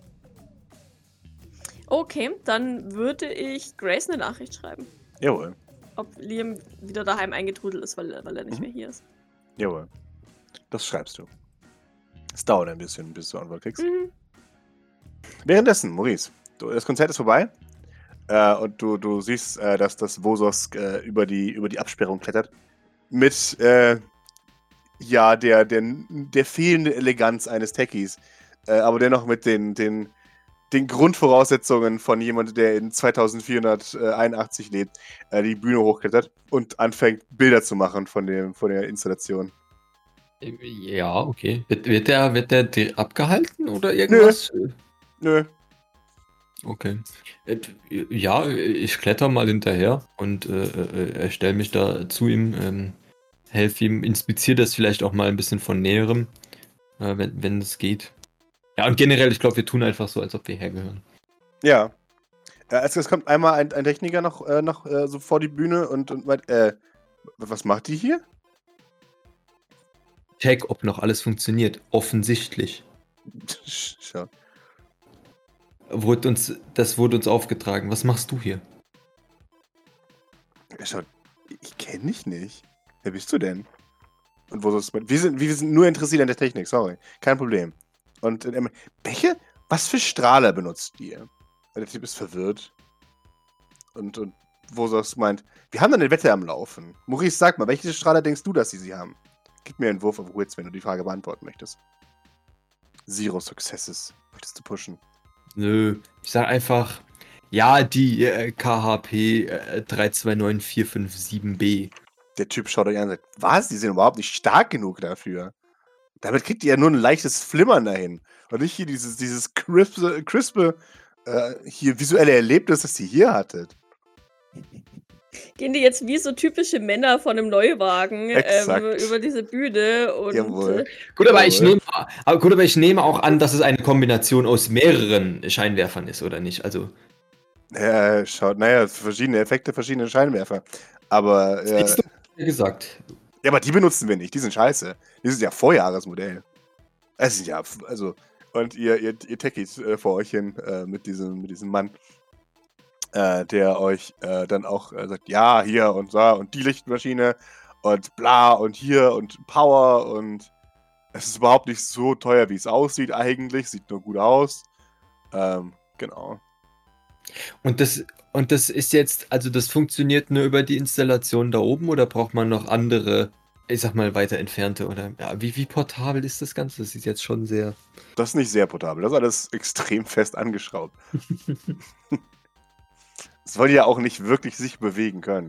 Okay, dann würde ich Grace eine Nachricht schreiben. Jawohl. Ob Liam wieder daheim eingetrudelt ist, weil er nicht mehr hier ist. Jawohl. Das schreibst du. Es dauert ein bisschen, bis du Antwort kriegst. Währenddessen, Maurice, das Konzert ist vorbei. Und du siehst, dass das Vosos über die Absperrung klettert. Mit der fehlenden Eleganz eines Techies. Aber dennoch mit den Grundvoraussetzungen von jemandem, der in 2481 lebt, die Bühne hochklettert und anfängt, Bilder zu machen von der Installation. Ja, okay. Wird der abgehalten oder irgendwas? Nö. Okay. Ja, ich kletter mal hinterher und stelle mich da zu ihm, helfe ihm, inspiziere das vielleicht auch mal ein bisschen von Näherem, wenn es geht. Ja, und generell, ich glaube, wir tun einfach so, als ob wir hergehören. Ja. Es kommt einmal ein Techniker noch so vor die Bühne und meint, was macht die hier? Check, ob noch alles funktioniert. Offensichtlich. Schau. Das wurde uns aufgetragen. Was machst du hier? Schau, ich kenne dich nicht. Wer bist du denn? Und wo sollst du? Wir sind nur interessiert an der Technik, sorry. Kein Problem. Und welche? Was für Strahler benutzt ihr? Der Typ ist verwirrt. Und Vosos meint, wir haben eine Wette am Laufen. Maurice, sag mal, welche Strahler denkst du, dass sie haben? Gib mir einen Wurf auf Wits, wenn du die Frage beantworten möchtest. 0 Successes. Möchtest du pushen? Nö, ich sag einfach, ja, die KHP 329457B. Der Typ schaut euch an und sagt, was? Die sind überhaupt nicht stark genug dafür. Damit kriegt ihr ja nur ein leichtes Flimmern dahin. Und nicht hier dieses crispe hier visuelle Erlebnis, das ihr hier hattet. Gehen die jetzt wie so typische Männer von einem Neuwagen über diese Bühne und. Jawohl. Gut, aber ich nehme auch an, dass es eine Kombination aus mehreren Scheinwerfern ist, oder nicht? Also. Schaut, naja, verschiedene Effekte, verschiedene Scheinwerfer. Aber, Siehst du, wie gesagt. ja, aber die benutzen wir nicht, die sind scheiße. Die sind ja Vorjahresmodell. Es sind ja, also, und ihr Techies vor euch hin mit diesem Mann, der euch dann auch sagt, ja, hier und da und die Lichtmaschine und bla und hier und Power und es ist überhaupt nicht so teuer, wie es aussieht eigentlich, sieht nur gut aus. Genau. Und das ist jetzt, also das funktioniert nur über die Installation da oben oder braucht man noch andere, ich sag mal, weiter entfernte oder ja, wie portabel ist das Ganze? Das ist jetzt schon sehr. Das ist nicht sehr portabel, das ist alles extrem fest angeschraubt. Es soll ja auch nicht wirklich sich bewegen können.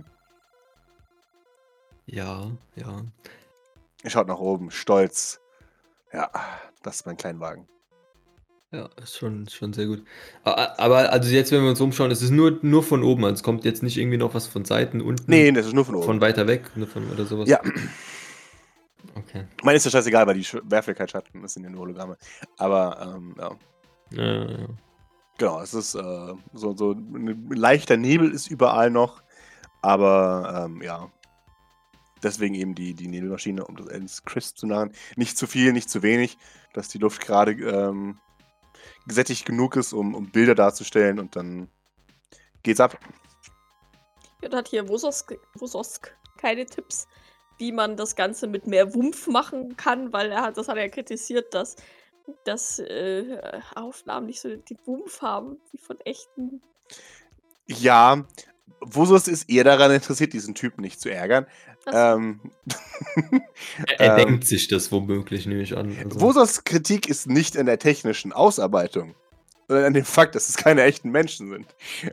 Ja. Ihr schaut nach oben, stolz. Ja, das ist mein Kleinwagen. Ja, ist schon sehr gut. Aber also jetzt, wenn wir uns umschauen, es ist nur von oben. Also es kommt jetzt nicht irgendwie noch was von Seiten unten. Nee, das ist nur von oben. Von weiter weg oder sowas. Ja. Okay. Ich meine, ist ja scheißegal, weil die werfen ja keinen Schatten, das sind ja nur Hologramme. Aber, ja. Ja. Genau, es ist so ein leichter Nebel ist überall noch. Aber, ja. Deswegen eben die Nebelmaschine, um das ins Crisp zu nahen. Nicht zu viel, nicht zu wenig, dass die Luft gerade gesättigt genug ist, um Bilder darzustellen und dann geht's ab. Ja, da hat hier Wososk keine Tipps, wie man das Ganze mit mehr Wumpf machen kann, weil das hat er kritisiert, dass Aufnahmen nicht so den Wumpf haben wie von echten. Ja, Vosos ist eher daran interessiert, diesen Typen nicht zu ärgern. Ach Er denkt sich das womöglich, nehme ich an. Also. Vosos Kritik ist nicht an der technischen Ausarbeitung, sondern an dem Fakt, dass es keine echten Menschen sind.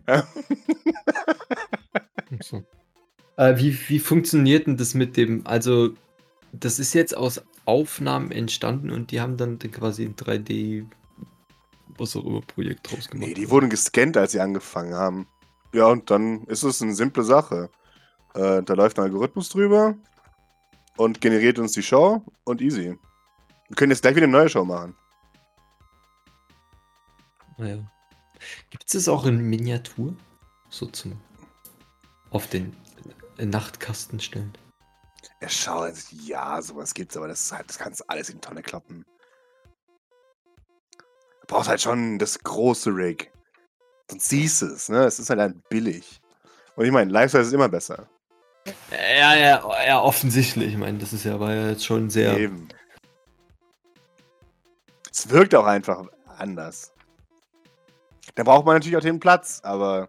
So. Wie funktioniert denn das mit dem, also das ist jetzt aus Aufnahmen entstanden und die haben dann quasi ein 3D was auch immer Projekt draus gemacht. Nee, die wurden gescannt, als sie angefangen haben. Ja, und dann ist es eine simple Sache. Da läuft ein Algorithmus drüber und generiert uns die Show und easy. Wir können jetzt gleich wieder eine neue Show machen. Naja. Gibt es das auch in Miniatur? So auf den Nachtkasten stellen? Ja, schau, ja, sowas gibt's, aber das kannst du alles in die Tonne kloppen. Du brauchst halt schon das große Rig. Sonst siehst du es, ne? Es ist halt billig. Und ich meine, Lifestyle ist immer besser. Ja, offensichtlich. Ich meine, war ja jetzt schon sehr. Eben. Es wirkt auch einfach anders. Da braucht man natürlich auch den Platz, aber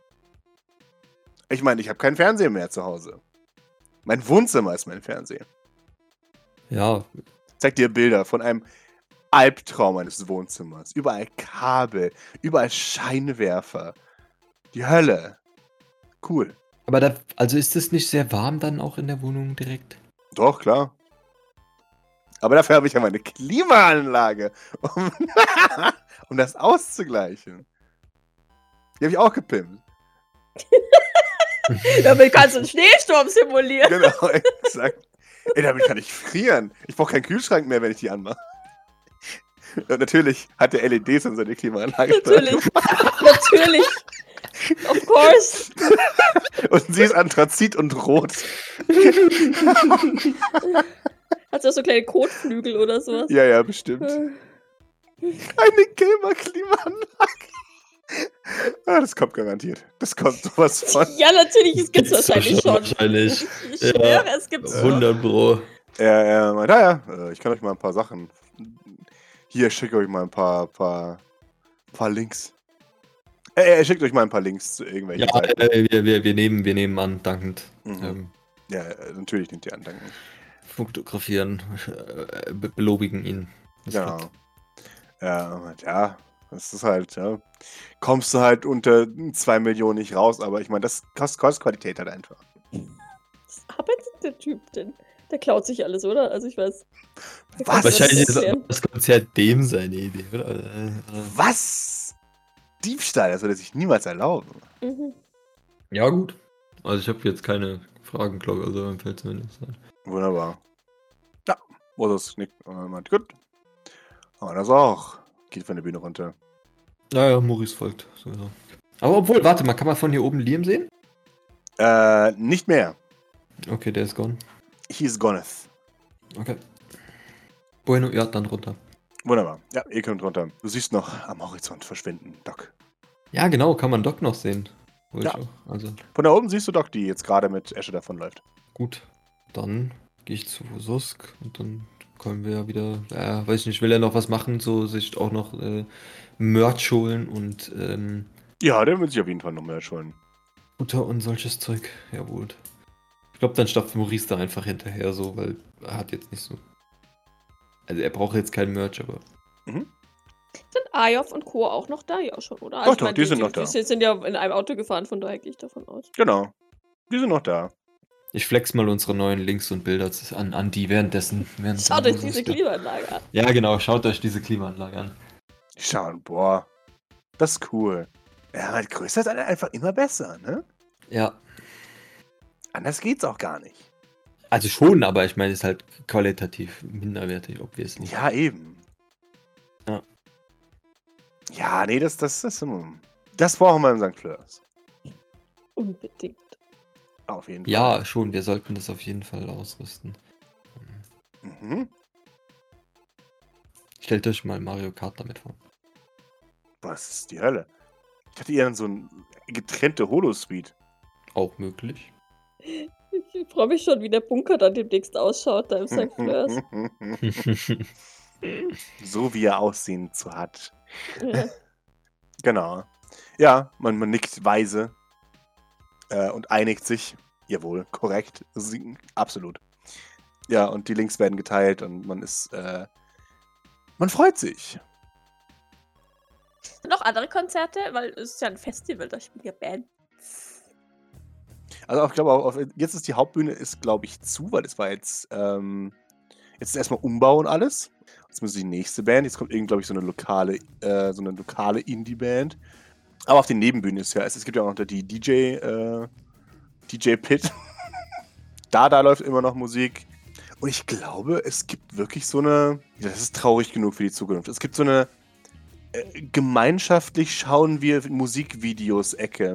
ich meine, ich habe keinen Fernseher mehr zu Hause. Mein Wohnzimmer ist mein Fernseher. Ja. Ich zeig dir Bilder von einem Albtraum eines Wohnzimmers. Überall Kabel, überall Scheinwerfer. Die Hölle. Cool. Aber also ist das nicht sehr warm dann auch in der Wohnung direkt? Doch, klar. Aber dafür habe ich ja meine Klimaanlage, um das auszugleichen. Die habe ich auch gepimpt. Damit kannst du einen Schneesturm simulieren. Genau, exakt. Ey, damit kann ich frieren. Ich brauche keinen Kühlschrank mehr, wenn ich die anmache. Und natürlich hat der LEDs in seine Klimaanlage. Natürlich. Of course. Und sie ist Anthrazit und rot. Hat sie auch so kleine Kotflügel oder sowas? Ja, bestimmt. Eine Gamer-Klimaanlage. Das kommt garantiert. Das kommt sowas von. Ja, natürlich, es gibt's wahrscheinlich schon. Wahrscheinlich. Ich schwöre, es gibt's 100 Pro. Er meint, ich kann euch mal ein paar Sachen. Hier, ich schicke euch mal ein paar Links. Er schickt euch mal ein paar Links zu irgendwelchen Seiten. Wir nehmen an, dankend. Ja, natürlich nimmt ihr an, dankend. Fotografieren, belobigen ihn. Genau. Ja, das ist halt, ja. Kommst du halt unter 2 Millionen nicht raus, aber ich meine, das kostet Qualität halt einfach. Was arbeitet der Typ denn? Der klaut sich alles, oder? Also ich weiß. Was? Wahrscheinlich ist das Konzert dem seine Idee, oder? Was? Diebstahl, das würde er sich niemals erlauben. Mhm. Ja, gut. Also ich habe jetzt keine Fragen, glaube ich, also dann fällt es mir nichts ein. Wunderbar. Ja, Moses nickt und meint, gut. Aber das auch. Geht von der Bühne runter. Naja, Maurice folgt. So. Aber obwohl, warte mal, kann man von hier oben Liam sehen? Nicht mehr. Okay, der ist gone. He is goneth. Okay. Bueno, ja, dann runter. Wunderbar. Ja, ihr könnt runter. Du siehst noch am Horizont verschwinden, Doc. Ja, genau, kann man Doc noch sehen. Ja. Also, Von da oben siehst du Doc, die jetzt gerade mit Esche davonläuft. gut. Dann gehe ich zu Susk und dann können wir ja wieder, weiß ich nicht, will er noch was machen, so sich auch noch Merch holen und Ja, der wird sich auf jeden Fall noch mehr holen. Butter und solches Zeug. Jawohl. Ich glaube, dann stapft Maurice da einfach hinterher so, weil er hat jetzt nicht so. Also er braucht jetzt kein Merch, aber. Sind Ayov und Co. auch noch da? Ja, schon, oder? Doch, doch, die sind noch da. Die sind ja in einem Auto gefahren, von daher gehe ich davon aus. Genau. Die sind noch da. Ich flex mal unsere neuen Links und Bilder an die währenddessen. Schaut euch diese Klimaanlage an. Ja, genau, schaut euch diese Klimaanlage an. Die schauen, boah, das ist cool. Ja, halt größer ist einfach immer besser, ne? Ja. Anders geht's auch gar nicht. Also schon, aber ich meine, es ist halt qualitativ minderwertig, obviously. Ja, eben. Ja. Ja, nee, das brauchen wir in St. Fleurs. Unbedingt. Auf jeden Fall. Ja, schon, wir sollten das auf jeden Fall ausrüsten. Mhm. Stellt euch mal Mario Kart damit vor. Was ist die Hölle? Ich hatte eher so eine getrennte Holo-Suite. Auch möglich. Ich freue mich schon, wie der Bunker dann demnächst ausschaut, da im St. Fleurs. So wie er aussehen zu hat. Ja. Genau. Ja, man nickt weise und einigt sich. Jawohl, korrekt. Absolut. Ja, und die Links werden geteilt und man ist, man freut sich. Noch andere Konzerte, weil es ist ja ein Festival, da spielt ja Band. Also ich glaube, jetzt ist die Hauptbühne, glaube ich, zu, weil das war jetzt ist erstmal Umbau und alles. Jetzt müssen die nächste Band, jetzt kommt glaube ich, so eine lokale Indie-Band. Aber auf den Nebenbühnen ist ja, es gibt ja auch noch die DJ Pit. Da läuft immer noch Musik. Und ich glaube, es gibt wirklich so eine, das ist traurig genug für die Zukunft. Es gibt so eine gemeinschaftlich schauen wir Musikvideos-Ecke.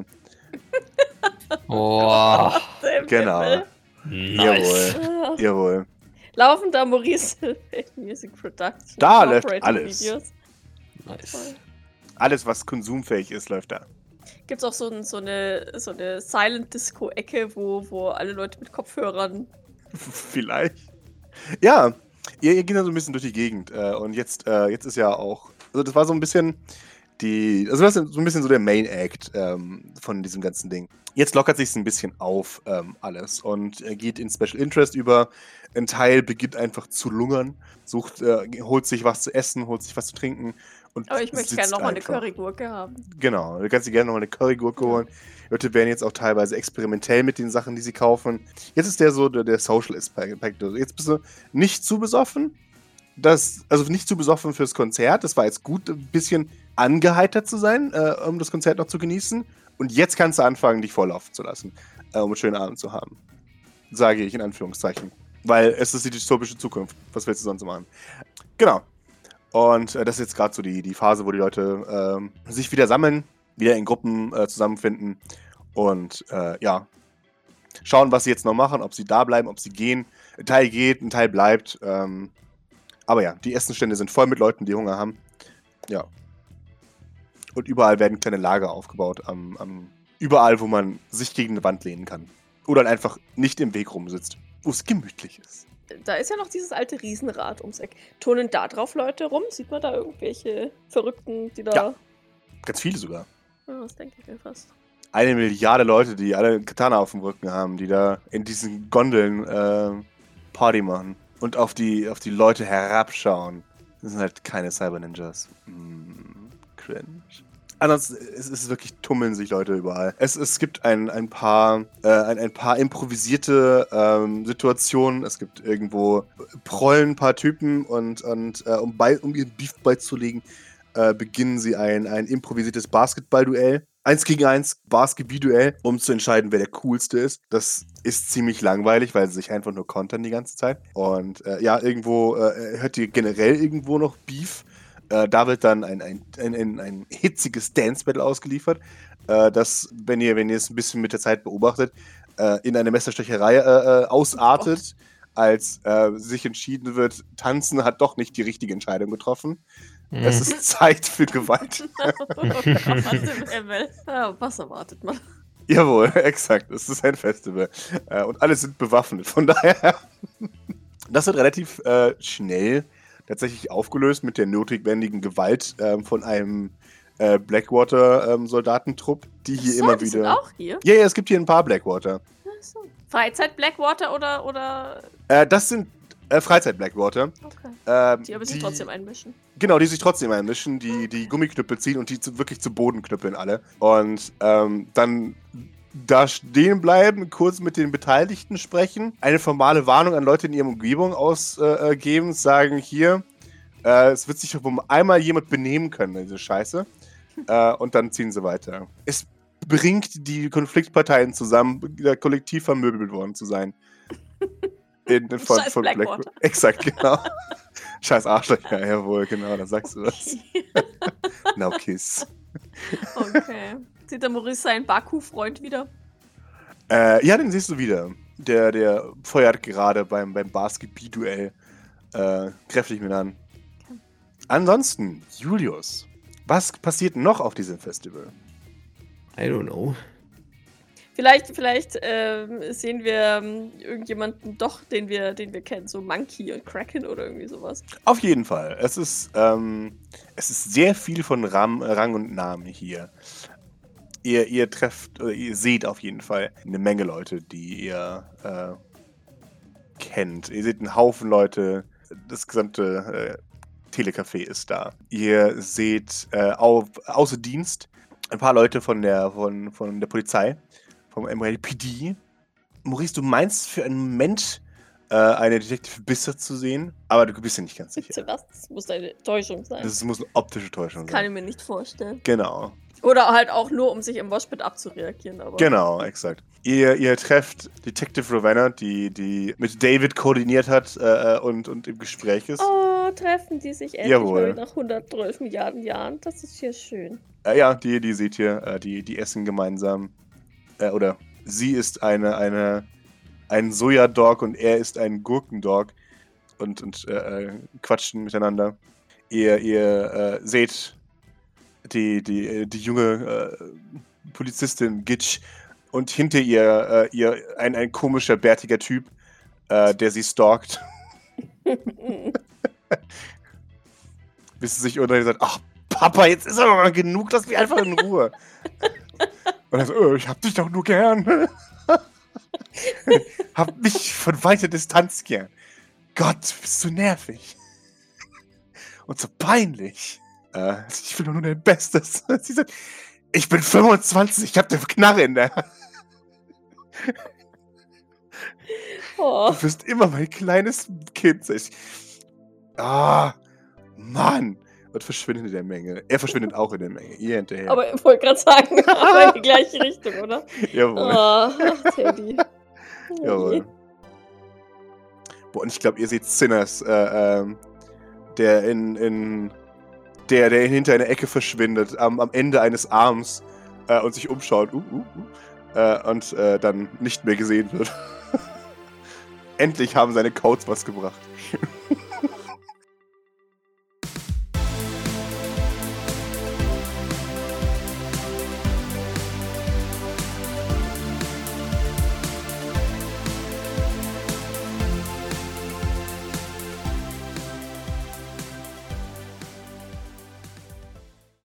Oh, Genau. nice. Jawohl. Laufender Maurice Music Production. Da läuft Operating alles. Videos. Nice. Alles, was konsumfähig ist, läuft da. Gibt es auch so eine Silent Disco-Ecke, wo alle Leute mit Kopfhörern. Vielleicht. Ja, ihr geht da so ein bisschen durch die Gegend. Und jetzt ist ja auch. Also, das war so ein bisschen das ist so ein bisschen so der Main Act von diesem ganzen Ding. Jetzt lockert sich es ein bisschen auf, alles. Und geht in Special Interest über. Ein Teil beginnt einfach zu lungern, holt sich was zu essen, holt sich was zu trinken. Und Aber ich möchte sitzt gerne nochmal eine einfach. Currygurke haben. Genau, du kannst dir gerne nochmal eine Currygurke holen. Die Leute werden jetzt auch teilweise experimentell mit den Sachen, die sie kaufen. Jetzt ist der Social Aspect. Also jetzt bist du nicht zu besoffen. Also nicht zu besoffen fürs Konzert. Das war jetzt gut, ein bisschen angeheitert zu sein, um das Konzert noch zu genießen. Und jetzt kannst du anfangen, dich volllaufen zu lassen, um einen schönen Abend zu haben. Sage ich in Anführungszeichen. Weil es ist die dystopische Zukunft. Was willst du sonst machen? Genau. Und das ist jetzt gerade so die Phase, wo die Leute sich wieder sammeln, wieder in Gruppen zusammenfinden und schauen, was sie jetzt noch machen, ob sie da bleiben, ob sie gehen. Ein Teil geht, ein Teil bleibt. Aber ja, die Essenstände sind voll mit Leuten, die Hunger haben. Ja. Und überall werden kleine Lager aufgebaut, überall, wo man sich gegen eine Wand lehnen kann. Oder halt einfach nicht im Weg rumsitzt, wo es gemütlich ist. Da ist ja noch dieses alte Riesenrad ums Eck. Turnen da drauf Leute rum? Sieht man da irgendwelche Verrückten, die da. Ja. Ganz viele sogar. Ja, das denke ich mir fast. 1 Milliarde Leute, die alle Katana auf dem Rücken haben, die da in diesen Gondeln Party machen und auf die Leute herabschauen. Das sind halt keine Cyber-Ninjas. Cringe. Ansonsten es ist wirklich, tummeln sich Leute überall. Es gibt ein paar improvisierte Situationen. Es gibt irgendwo prollen ein paar Typen und um ihren Beef beizulegen, beginnen sie ein improvisiertes Basketball-Duell. 1 gegen 1 Basketball-Duell, um zu entscheiden, wer der Coolste ist. Das ist ziemlich langweilig, weil sie sich einfach nur kontern die ganze Zeit. Und irgendwo hört ihr generell irgendwo noch Beef. Da wird dann ein hitziges Dance-Battle ausgeliefert. das, wenn ihr es ein bisschen mit der Zeit beobachtet, in eine Messerstecherei ausartet, als sich entschieden wird, Tanzen hat doch nicht die richtige Entscheidung getroffen. Es ist Zeit für Gewalt. Was erwartet man? Jawohl, exakt. Es ist ein Festival. Und alle sind bewaffnet. Von daher, das wird relativ schnell tatsächlich aufgelöst mit der notwendigen Gewalt von einem Blackwater-Soldatentrupp, die hier immer die wieder. Sind auch hier? Ja, es gibt hier ein paar Blackwater. Achso. Freizeit Blackwater oder? Das sind Freizeit-Blackwater. Okay. Die aber sich trotzdem einmischen. Genau, die sich trotzdem einmischen, die Gummiknüppel ziehen und die wirklich zu Boden knüppeln alle. Und dann da stehen bleiben, kurz mit den Beteiligten sprechen, eine formale Warnung an Leute in ihrer Umgebung ausgeben, sagen hier, es wird sich doch einmal jemand benehmen können, diese Scheiße. Und dann ziehen sie weiter. Es bringt die Konfliktparteien zusammen, wieder kollektiv vermöbelt worden zu sein. Scheiß Blackwater. Exakt, genau. Scheiß Arschlöcher, jawohl, genau, da sagst du das. Now kiss. Okay. Sieht der Maurice seinen Baku-Freund wieder? Ja, den siehst du wieder. Der feuert gerade beim Basketball-Duell kräftig mit an. Okay. Ansonsten, Julius, was passiert noch auf diesem Festival? I don't know. Vielleicht sehen wir irgendjemanden doch, den wir kennen, so Monkey und Kraken oder irgendwie sowas. Auf jeden Fall. Es ist sehr viel von Rang und Namen hier. Ihr seht auf jeden Fall eine Menge Leute, die ihr kennt. Ihr seht einen Haufen Leute, das gesamte Telecafé ist da. Ihr seht außer Dienst ein paar Leute von der Polizei, vom NYPD. Maurice, du meinst für einen Moment eine Detective Bisser zu sehen, aber du bist ja nicht ganz sicher. Das muss eine Täuschung sein. Das muss eine optische Täuschung sein. Das kann ich mir nicht vorstellen. Genau. Oder halt auch nur, um sich im Washpit abzureagieren. Aber genau, exakt. Ihr trefft Detective Ravenna, die mit David koordiniert hat und im Gespräch ist. Oh, treffen die sich endlich mal nach 112 Milliarden Jahren. Das ist hier schön. Ja, die seht ihr, die essen gemeinsam. Oder sie ist ein Sojadog und er ist ein Gurkendog und quatschen miteinander. Ihr seht die junge Polizistin Gitch und hinter ihr ein komischer, bärtiger Typ, der sie stalkt. Bis sie sich unterhält und sagt, ach Papa, jetzt ist aber mal genug, lass mich einfach in Ruhe. Und er so, ich hab dich doch nur gern. Hab mich von weiter Distanz gern. Gott, bist du nervig. Und so peinlich. Ich will doch nur dein Bestes. Sie sagt, ich bin 25, ich hab eine Knarre in der Hand. Oh. Du bist immer mein kleines Kind. Mann. Und verschwindet in der Menge. Er verschwindet auch in der Menge. Ihr hinterher. Aber ich wollte gerade sagen, aber in die gleiche Richtung, oder? Jawohl. Ach, Teddy. Jawohl. Boah, und ich glaube, ihr seht Sinners, der hinter einer Ecke verschwindet, am Ende eines Arms und sich umschaut und dann nicht mehr gesehen wird. Endlich haben seine Codes was gebracht.